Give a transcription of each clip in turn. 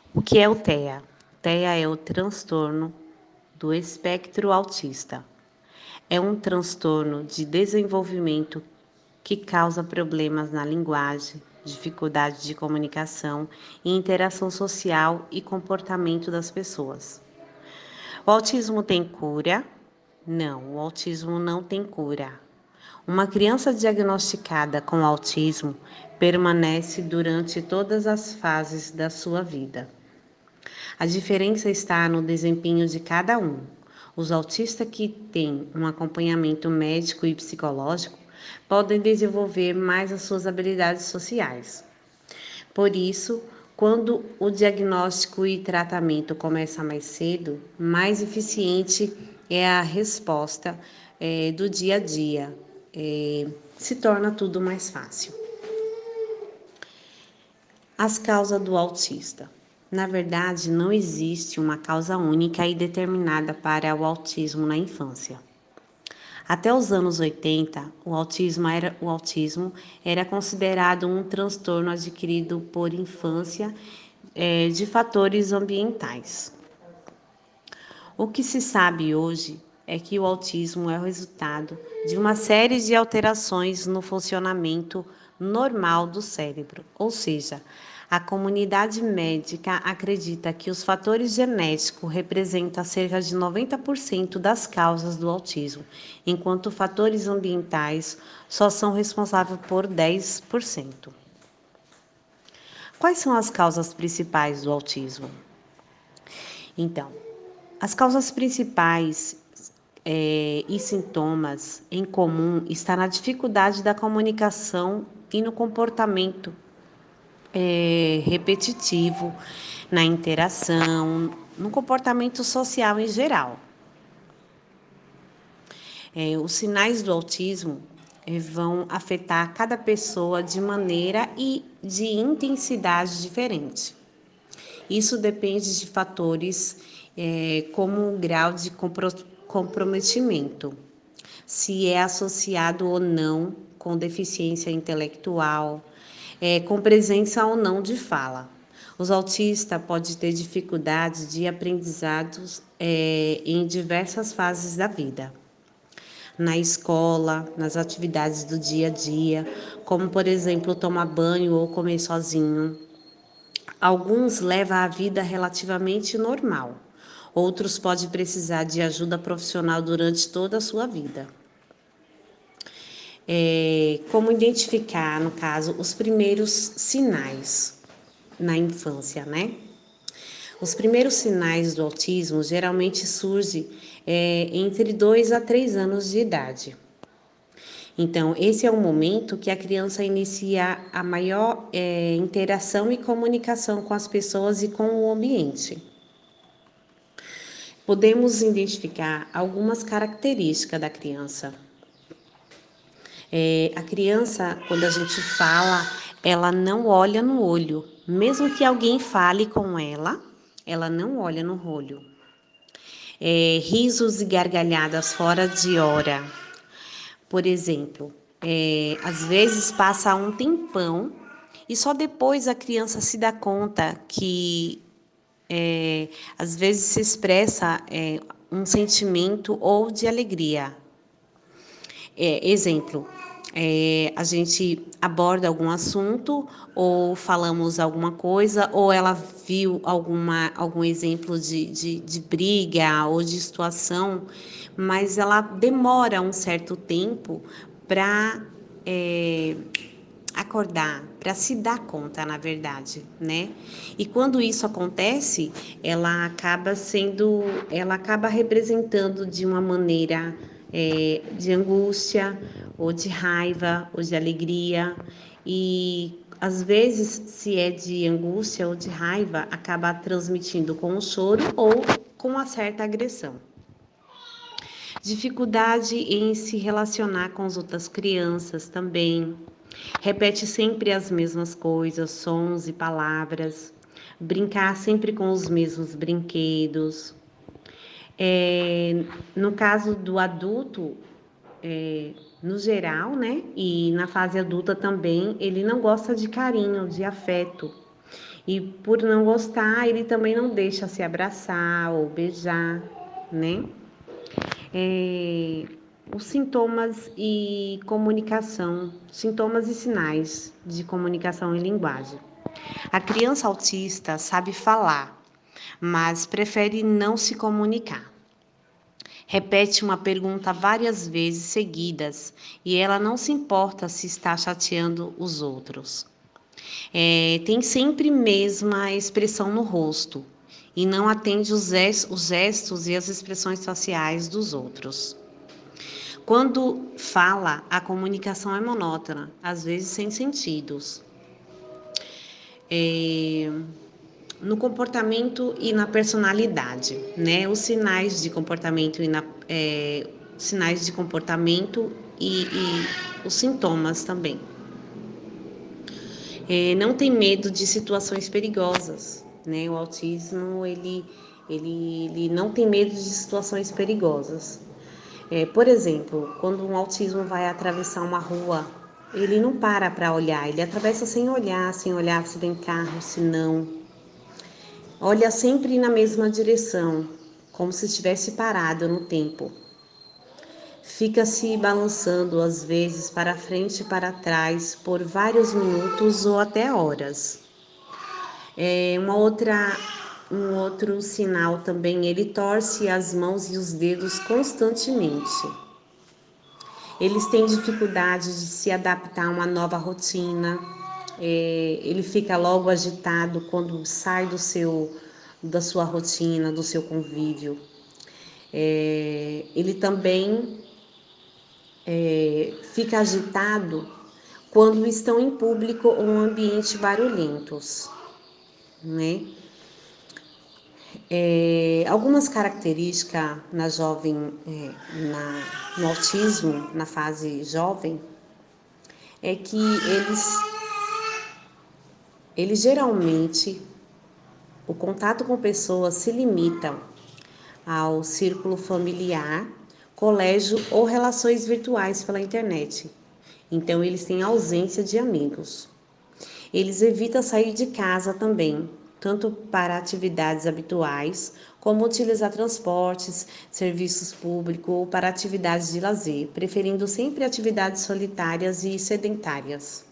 O que é o TEA? TEA é o transtorno do espectro autista. É um transtorno de desenvolvimento que causa problemas na linguagem, dificuldade de comunicação e interação social e comportamento das pessoas. O autismo tem cura? Não, o autismo não tem cura. Uma criança diagnosticada com autismo permanece durante todas as fases da sua vida. A diferença está no desempenho de cada um. Os autistas que têm um acompanhamento médico e psicológico podem desenvolver mais as suas habilidades sociais. Por isso, quando o diagnóstico e tratamento começa mais cedo, mais eficiente é a resposta do dia a dia. Se torna tudo mais fácil. As causas do autista. Na verdade, não existe uma causa única e determinada para o autismo na infância. Até os anos 80, o autismo era considerado um transtorno adquirido por infância de fatores ambientais. O que se sabe hoje é que o autismo é o resultado de uma série de alterações no funcionamento normal do cérebro, ou seja, a comunidade médica acredita que os fatores genéticos representam cerca de 90% das causas do autismo, enquanto fatores ambientais só são responsáveis por 10%. Quais são as causas principais do autismo? Então, as causas principais e sintomas em comum está na dificuldade da comunicação e no comportamento repetitivo, na interação, no comportamento social em geral. Os sinais do autismo vão afetar cada pessoa de maneira e de intensidade diferente. Isso depende de fatores como o grau de comprometimento, se é associado ou não com deficiência intelectual, com presença ou não de fala. Os autistas podem ter dificuldades de aprendizados em diversas fases da vida. Na escola, nas atividades do dia a dia, como por exemplo tomar banho ou comer sozinho. Alguns levam a vida relativamente normal, outros podem precisar de ajuda profissional durante toda a sua vida. Como identificar, no caso, os primeiros sinais na infância, né? Os primeiros sinais do autismo geralmente surgem entre 2 a 3 anos de idade. Então, esse é o momento que a criança inicia a maior interação e comunicação com as pessoas e com o ambiente. Podemos identificar algumas características da criança. A criança, quando a gente fala, ela não olha no olho. Mesmo que alguém fale com ela não olha no olho. Risos e gargalhadas fora de hora. Por exemplo, às vezes passa um tempão e só depois a criança se dá conta que às vezes se expressa um sentimento ou de alegria. Exemplo, a gente aborda algum assunto ou falamos alguma coisa ou ela viu algum exemplo de briga ou de situação, mas ela demora um certo tempo para acordar, para se dar conta, na verdade, né? E quando isso acontece, ela acaba representando de uma maneira de angústia, ou de raiva, ou de alegria. E às vezes, se é de angústia ou de raiva, acaba transmitindo com o choro ou com uma certa agressão. Dificuldade em se relacionar com as outras crianças também. Repete sempre as mesmas coisas, sons e palavras. Brincar sempre com os mesmos brinquedos. No caso do adulto, no geral, né? E na fase adulta também, ele não gosta de carinho, de afeto. E por não gostar, ele também não deixa se abraçar ou beijar, né? Os sintomas e comunicação, sintomas e sinais de comunicação e linguagem. A criança autista sabe falar, mas prefere não se comunicar. Repete uma pergunta várias vezes seguidas e ela não se importa se está chateando os outros. Tem sempre mesma expressão no rosto e não atende os gestos e as expressões faciais dos outros. Quando fala, a comunicação é monótona, às vezes sem sentidos. No comportamento e na personalidade, né? Os sinais de comportamento sinais de comportamento e os sintomas também. Não tem medo de situações perigosas, né? O autismo ele não tem medo de situações perigosas. Por exemplo, quando um autismo vai atravessar uma rua, ele não para olhar, ele atravessa sem olhar se tem carro, se não. Olha sempre na mesma direção, como se estivesse parado no tempo. Fica se balançando às vezes para frente e para trás por vários minutos ou até horas. Um outro sinal também, ele torce as mãos e os dedos constantemente. Eles têm dificuldade de se adaptar a uma nova rotina. Ele fica logo agitado quando sai da sua rotina, do seu convívio. Ele também fica agitado quando estão em público ou em ambientes barulhentos, né? Algumas características no autismo, na fase jovem, é que eles geralmente, o contato com pessoas se limita ao círculo familiar, colégio ou relações virtuais pela internet. Então, eles têm ausência de amigos. Eles evitam sair de casa também, tanto para atividades habituais, como utilizar transportes, serviços públicos ou para atividades de lazer, preferindo sempre atividades solitárias e sedentárias.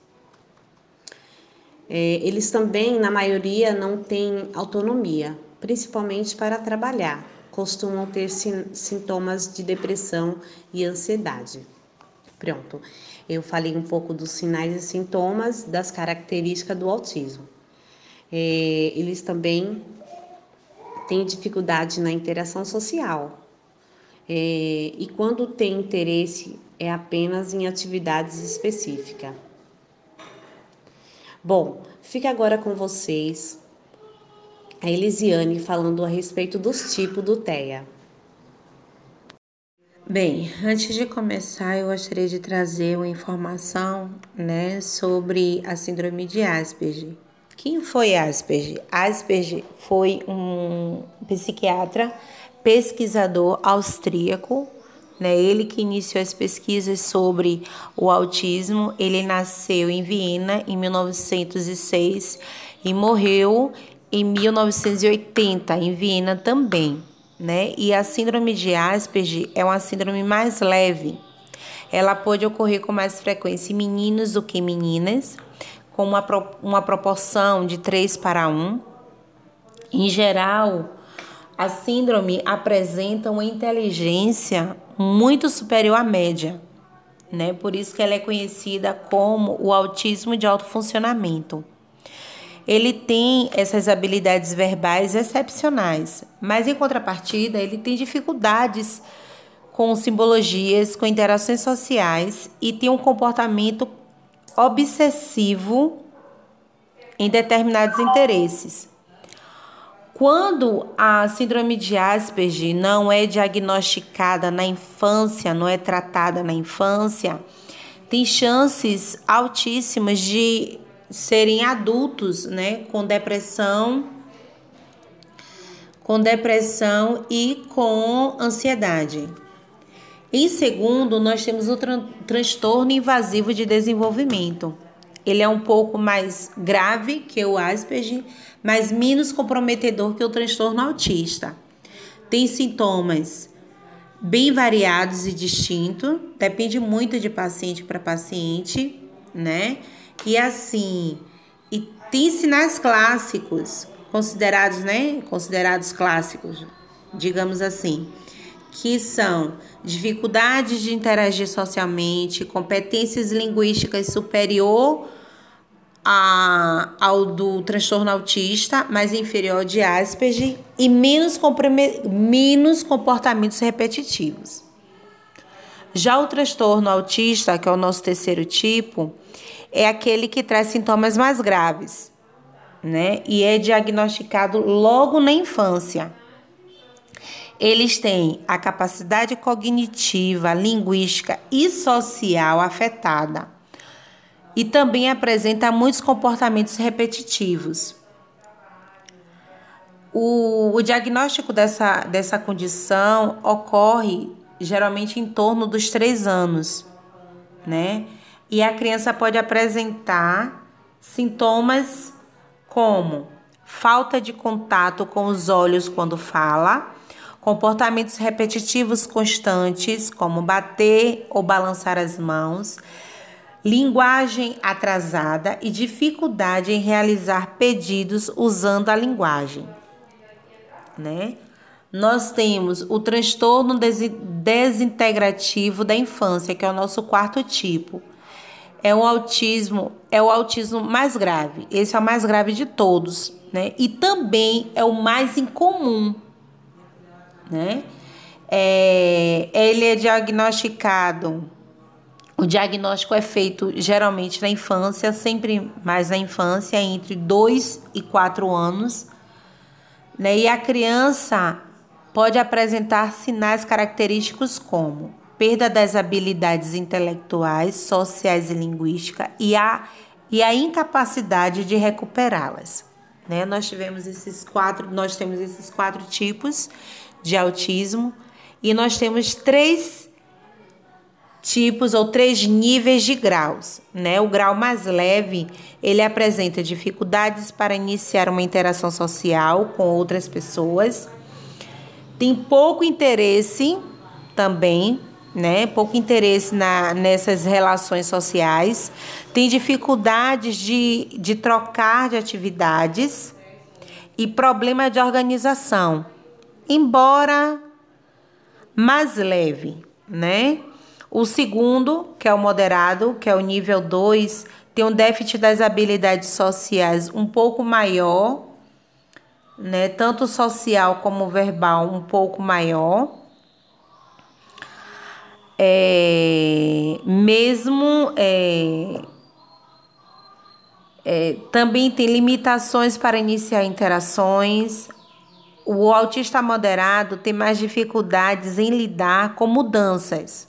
Eles também, na maioria, não têm autonomia, principalmente para trabalhar. Costumam ter sintomas de depressão e ansiedade. Pronto, eu falei um pouco dos sinais e sintomas, das características do autismo. Eles também têm dificuldade na interação social. E quando tem interesse, é apenas em atividades específicas. Bom, fica agora com vocês a Elisiane falando a respeito dos tipos do TEA. Bem, antes de começar, eu gostaria de trazer uma informação, sobre a síndrome de Asperger. Quem foi Asperger? Asperger foi um psiquiatra, pesquisador austríaco, Ele que iniciou as pesquisas sobre o autismo. Ele nasceu em Viena em 1906 e morreu em 1980 em Viena também. E a síndrome de Asperger é uma síndrome mais leve. Ela pode ocorrer com mais frequência em meninos do que em meninas, com uma proporção de 3:1. Em geral, a síndrome apresenta uma inteligência muito superior à média, Por isso que ela é conhecida como o autismo de alto funcionamento. Ele tem essas habilidades verbais excepcionais, mas em contrapartida, ele tem dificuldades com simbologias, com interações sociais e tem um comportamento obsessivo em determinados interesses. Quando a síndrome de Asperger não é diagnosticada na infância, não é tratada na infância, tem chances altíssimas de serem adultos, com depressão e com ansiedade. Em segundo, nós temos o transtorno invasivo de desenvolvimento. ele é um pouco mais grave que o Asperger, mas menos comprometedor que o transtorno autista. Tem sintomas bem variados e distintos, depende muito de paciente para paciente, né? E assim, e tem sinais clássicos, considerados, né? Considerados clássicos, digamos assim, que são dificuldades de interagir socialmente, competências linguísticas superior ao do transtorno autista, mas inferior de Asperger, e menos comportamentos repetitivos. Já o transtorno autista, que é o nosso terceiro tipo, é aquele que traz sintomas mais graves, né? E é diagnosticado logo na infância. Eles têm a capacidade cognitiva, linguística e social afetada. E também apresenta muitos comportamentos repetitivos. O diagnóstico dessa condição ocorre geralmente em torno dos 3 anos, né? E a criança pode apresentar sintomas como falta de contato com os olhos quando fala, comportamentos repetitivos constantes, como bater ou balançar as mãos, linguagem atrasada e dificuldade em realizar pedidos usando a linguagem, né? Nós temos o transtorno desintegrativo da infância, que é o nosso quarto tipo. É o autismo mais grave. Esse é o mais grave de todos, né? E também é o mais incomum, né? Ele é diagnosticado. O diagnóstico é feito geralmente na infância, sempre mais na infância, entre 2 e 4 anos, né? E a criança pode apresentar sinais característicos como perda das habilidades intelectuais, sociais e linguísticas e a incapacidade de recuperá-las, né? Nós temos esses quatro tipos de autismo e nós temos 3 tipos ou 3 níveis de graus, né? O grau mais leve, ele apresenta dificuldades para iniciar uma interação social com outras pessoas, tem pouco interesse também, né? Pouco interesse nessas relações sociais, tem dificuldades de trocar de atividades e problema de organização, embora mais leve, né? O segundo, que é o moderado, que é o nível 2, tem um déficit das habilidades sociais um pouco maior, né? Tanto social como verbal um pouco maior. Também tem limitações para iniciar interações. O autista moderado tem mais dificuldades em lidar com mudanças,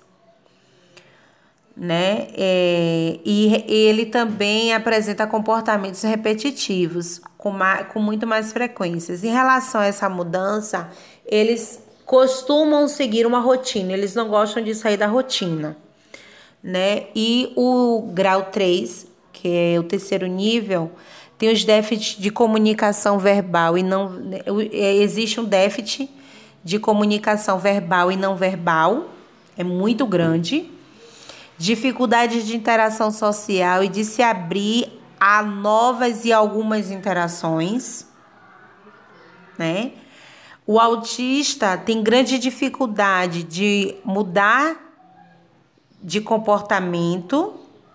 né? E ele também apresenta comportamentos repetitivos com muito mais frequências. Em relação a essa mudança, eles costumam seguir uma rotina, eles não gostam de sair da rotina, né? E o grau 3, que é o terceiro nível, tem os déficits de comunicação verbal e não... Existe um déficit de comunicação verbal e não verbal, é muito grande. Dificuldade de interação social e de se abrir a novas e algumas interações, né? O autista tem grande dificuldade de mudar de comportamento,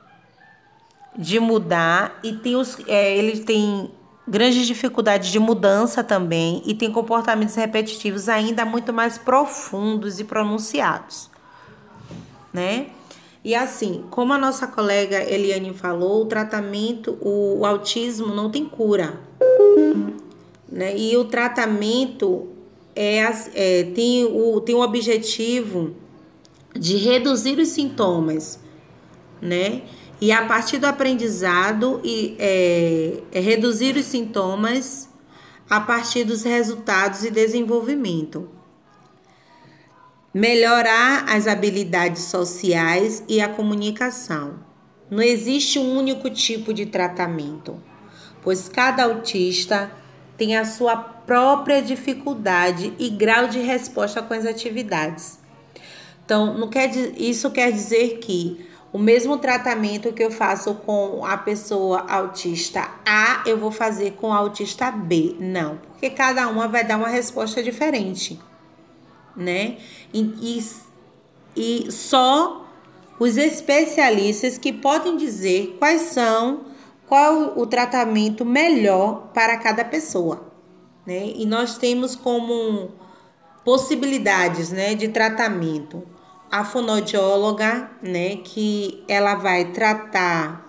ele tem grande dificuldade de mudança também e tem comportamentos repetitivos ainda muito mais profundos e pronunciados, né? E assim, como a nossa colega Eliane falou, o autismo não tem cura, né? E o tratamento tem o objetivo de reduzir os sintomas, né? E a partir do aprendizado, reduzir os sintomas a partir dos resultados e desenvolvimento. Melhorar as habilidades sociais e a comunicação, Não existe um único tipo de tratamento, pois cada autista tem a sua própria dificuldade e grau de resposta com as atividades. Então, isso quer dizer que o mesmo tratamento que eu faço com a pessoa autista A, eu vou fazer com a autista B. Não, porque cada uma vai dar uma resposta diferente, né? E só os especialistas que podem dizer qual o tratamento melhor para cada pessoa, né? E nós temos como possibilidades, né, de tratamento a fonoaudióloga, né, que ela vai tratar,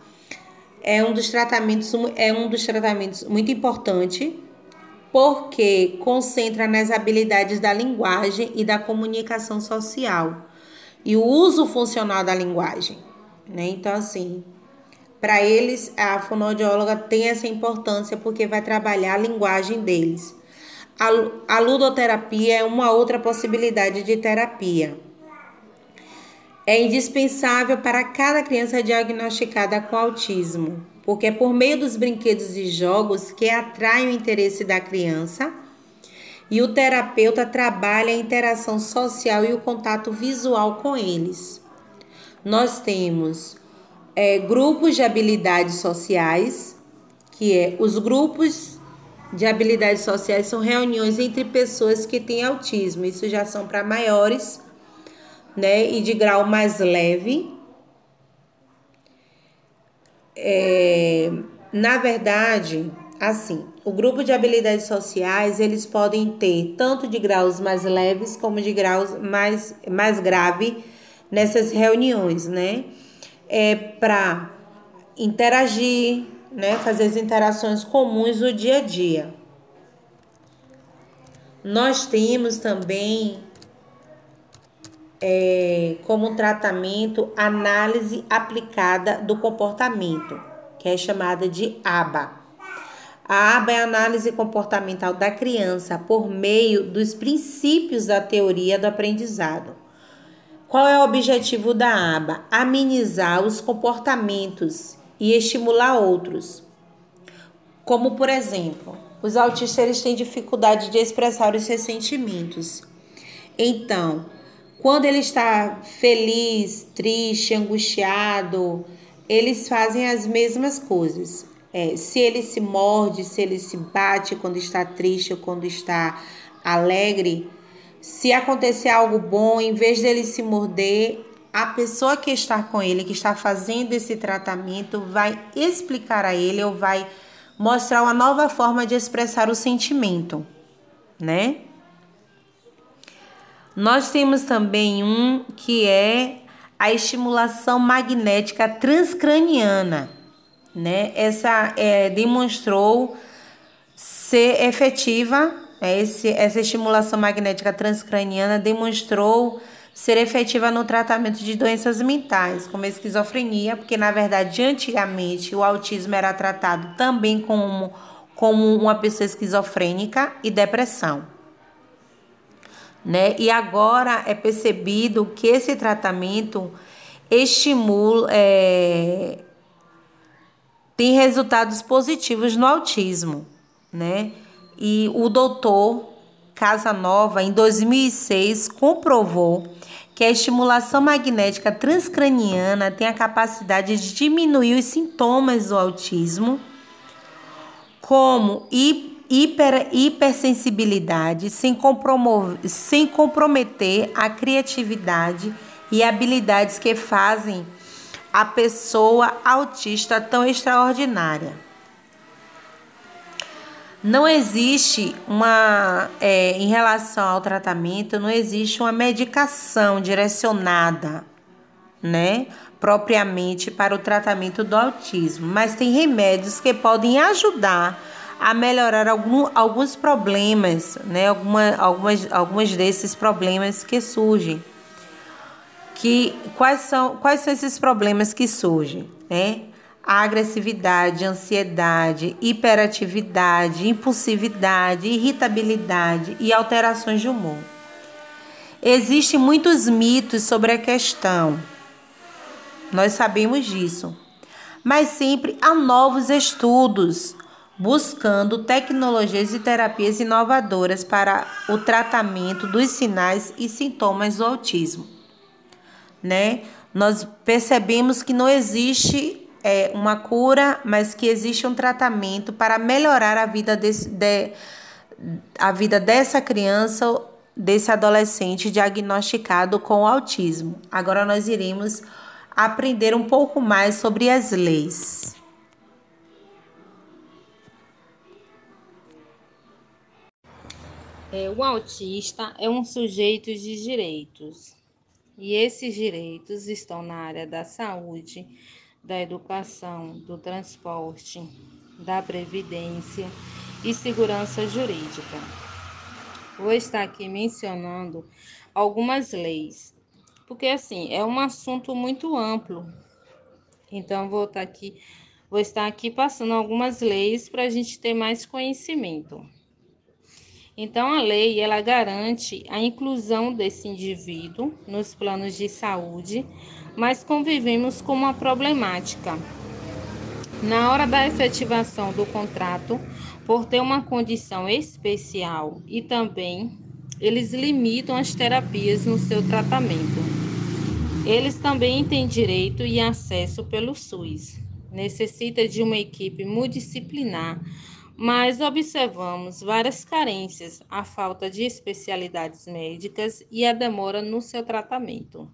é um dos tratamentos muito importante, porque concentra nas habilidades da linguagem e da comunicação social e o uso funcional da linguagem, né? Então, assim, para eles, a fonoaudióloga tem essa importância porque vai trabalhar a linguagem deles. A ludoterapia é uma outra possibilidade de terapia. É indispensável para cada criança diagnosticada com autismo, porque é por meio dos brinquedos e jogos que atraem o interesse da criança e o terapeuta trabalha a interação social e o contato visual com eles. Nós temos grupos de habilidades sociais, que os grupos de habilidades sociais são reuniões entre pessoas que têm autismo. Isso já são para maiores, né, e de grau mais leve. Na verdade, assim, o grupo de habilidades sociais, eles podem ter tanto de graus mais leves como de graus mais grave nessas reuniões, né? Para interagir, né? Fazer as interações comuns do dia a dia. Nós temos também como tratamento análise aplicada do comportamento, que é chamada de ABA. A ABA é a análise comportamental da criança por meio dos princípios da teoria do aprendizado. Qual é o objetivo da ABA? Amenizar os comportamentos e estimular outros. Como, por exemplo, os autistas eles têm dificuldade de expressar os seus sentimentos. Então, quando ele está feliz, triste, angustiado, eles fazem as mesmas coisas. Se ele se morde, se ele se bate quando está triste ou quando está alegre, se acontecer algo bom, em vez dele se morder, a pessoa que está com ele, que está fazendo esse tratamento, vai explicar a ele ou vai mostrar uma nova forma de expressar o sentimento, né? Nós temos também um que é a estimulação magnética transcraniana, né? Essa demonstrou ser efetiva, essa estimulação magnética transcraniana demonstrou ser efetiva no tratamento de doenças mentais, como a esquizofrenia, porque na verdade antigamente o autismo era tratado também como uma pessoa esquizofrênica e depressão, né? E agora é percebido que esse tratamento estimula, tem resultados positivos no autismo, né? E o doutor Casanova, em 2006, comprovou que a estimulação magnética transcraniana tem a capacidade de diminuir os sintomas do autismo, como hipersensibilidade, sem comprometer a criatividade e habilidades que fazem a pessoa autista tão extraordinária. Não existe em relação ao tratamento, não existe uma medicação direcionada, né, propriamente para o tratamento do autismo, mas tem remédios que podem ajudar a melhorar alguns problemas, né, algumas desses problemas que surgem. Quais são esses problemas que surgem, né? A agressividade, ansiedade, hiperatividade, impulsividade, irritabilidade e alterações de humor. Existem muitos mitos sobre a questão. Nós sabemos disso. mas sempre a novos estudos, buscando tecnologias e terapias inovadoras para o tratamento dos sinais e sintomas do autismo, né? Nós percebemos que não existe uma cura, mas que existe um tratamento para melhorar a vida dessa criança, desse adolescente diagnosticado com autismo. Agora nós iremos aprender um pouco mais sobre as leis. O autista é um sujeito de direitos, e esses direitos estão na área da saúde, da educação, do transporte, da previdência e segurança jurídica. Vou estar aqui mencionando algumas leis, porque assim, é um assunto muito amplo. Então vou estar aqui passando algumas leis para a gente ter mais conhecimento. Então, a lei, ela garante a inclusão desse indivíduo nos planos de saúde, mas convivemos com uma problemática. Na hora da efetivação do contrato, por ter uma condição especial e também eles limitam as terapias no seu tratamento. Eles também têm direito e acesso pelo SUS. Necessita de uma equipe multidisciplinar, mas observamos várias carências, a falta de especialidades médicas e a demora no seu tratamento.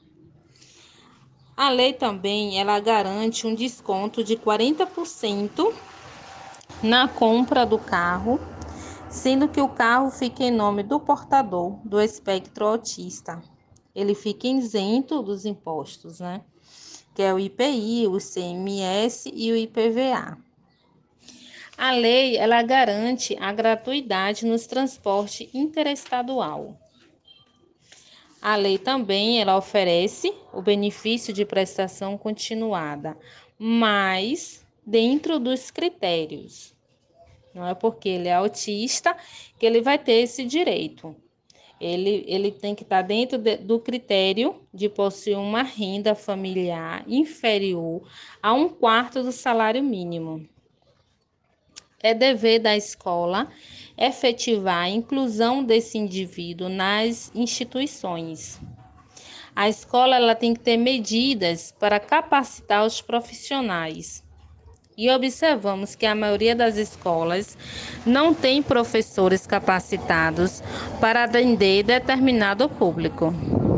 A lei também ela garante um desconto de 40% na compra do carro, sendo que o carro fica em nome do portador do espectro autista. Ele fica isento dos impostos, né? Que é o IPI, o ICMS e o IPVA. A lei, ela garante a gratuidade nos transportes interestadual. A lei também, ela oferece o benefício de prestação continuada, mas dentro dos critérios. Não é porque ele é autista que ele vai ter esse direito. Ele tem que estar dentro do critério de possuir uma renda familiar inferior a 1/4 do salário mínimo. É dever da escola efetivar a inclusão desse indivíduo nas instituições. A escola ela tem que ter medidas para capacitar os profissionais. E observamos que a maioria das escolas não tem professores capacitados para atender determinado público.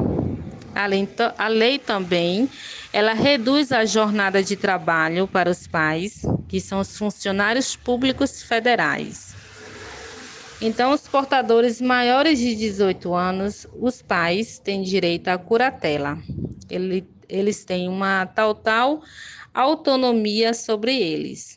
A lei também, ela reduz a jornada de trabalho para os pais, que são os funcionários públicos federais. Então, os portadores maiores de 18 anos, os pais têm direito à curatela. Eles têm uma total autonomia sobre eles.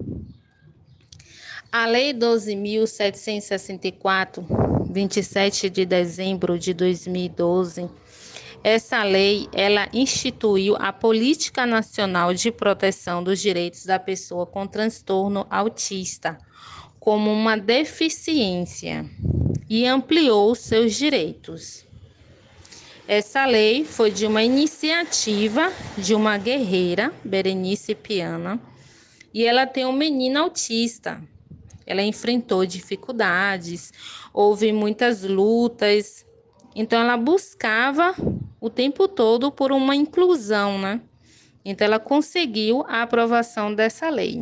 A Lei 12.764, 27 de dezembro de 2012, essa lei, ela instituiu a Política Nacional de Proteção dos Direitos da Pessoa com Transtorno Autista como uma deficiência e ampliou seus direitos. Essa lei foi de uma iniciativa de uma guerreira, Berenice Piana, e ela tem um menino autista. Ela enfrentou dificuldades, houve muitas lutas, então ela buscava o tempo todo por uma inclusão, né? Então ela conseguiu a aprovação dessa lei.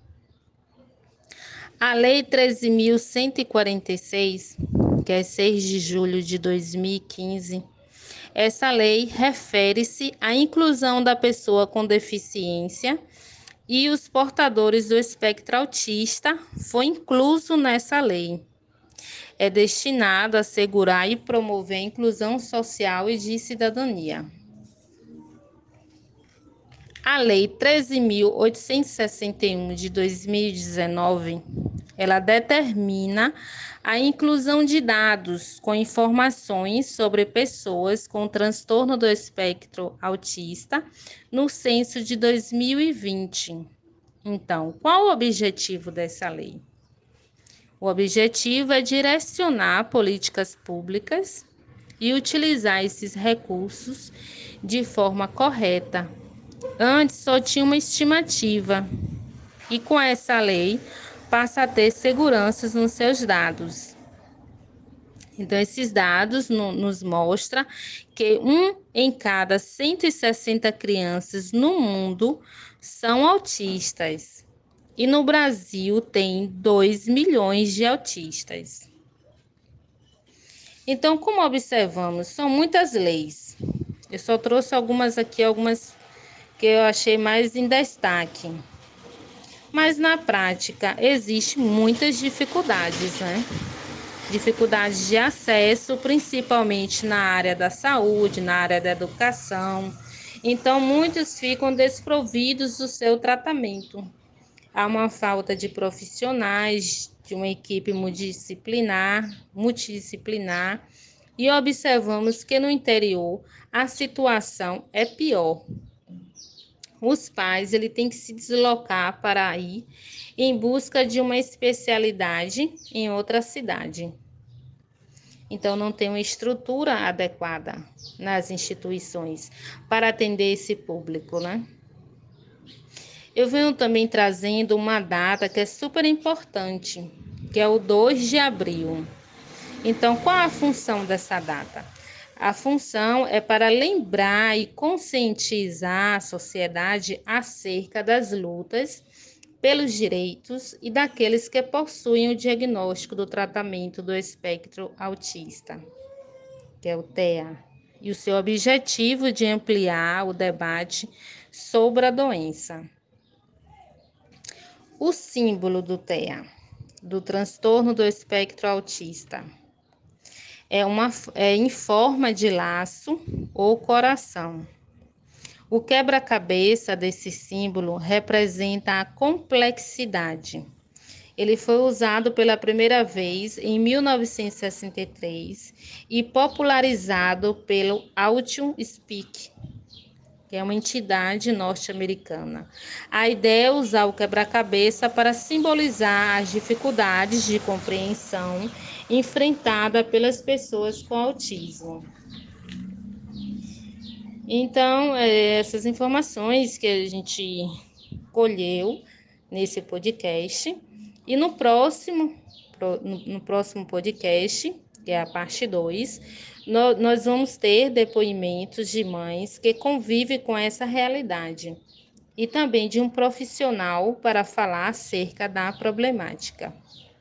A Lei 13.146, que é 6 de julho de 2015, essa lei refere-se à inclusão da pessoa com deficiência e os portadores do espectro autista foi incluso nessa lei. É destinado a assegurar e promover a inclusão social e de cidadania. A Lei 13.861 de 2019, ela determina a inclusão de dados com informações sobre pessoas com transtorno do espectro autista no censo de 2020. Então, qual o objetivo dessa lei? O objetivo é direcionar políticas públicas e utilizar esses recursos de forma correta Antes só tinha uma estimativa e com essa lei passa a ter seguranças nos seus dados. Então, esses dados nos mostram que 1 em cada 160 crianças no mundo são autistas. E no Brasil tem 2 milhões de autistas. Então, como observamos, são muitas leis. Eu só trouxe algumas aqui, algumas que eu achei mais em destaque. Mas na prática existem muitas dificuldades, né? Dificuldades de acesso, principalmente na área da saúde, na área da educação. Então, muitos ficam desprovidos do seu tratamento. Há uma falta de profissionais, de uma equipe multidisciplinar, e observamos que no interior a situação é pior. Os pais têm que se deslocar para ir em busca de uma especialidade em outra cidade. Então, não tem uma estrutura adequada nas instituições para atender esse público, né? Eu venho também trazendo uma data que é super importante, que é o 2 de abril. Então, qual a função dessa data? A função é para lembrar e conscientizar a sociedade acerca das lutas pelos direitos e daqueles que possuem o diagnóstico do tratamento do espectro autista, que é o TEA, e o seu objetivo de ampliar o debate sobre a doença. O símbolo do TEA, do transtorno do espectro autista, é em forma de laço ou coração. O quebra-cabeça desse símbolo representa a complexidade. Ele foi usado pela primeira vez em 1963 e popularizado pelo Autism Speak, que é uma entidade norte-americana. A ideia é usar o quebra-cabeça para simbolizar as dificuldades de compreensão enfrentada pelas pessoas com autismo. Então, essas informações que a gente colheu nesse podcast, e no próximo podcast, que é a parte 2, nós vamos ter depoimentos de mães que convivem com essa realidade e também de um profissional para falar acerca da problemática.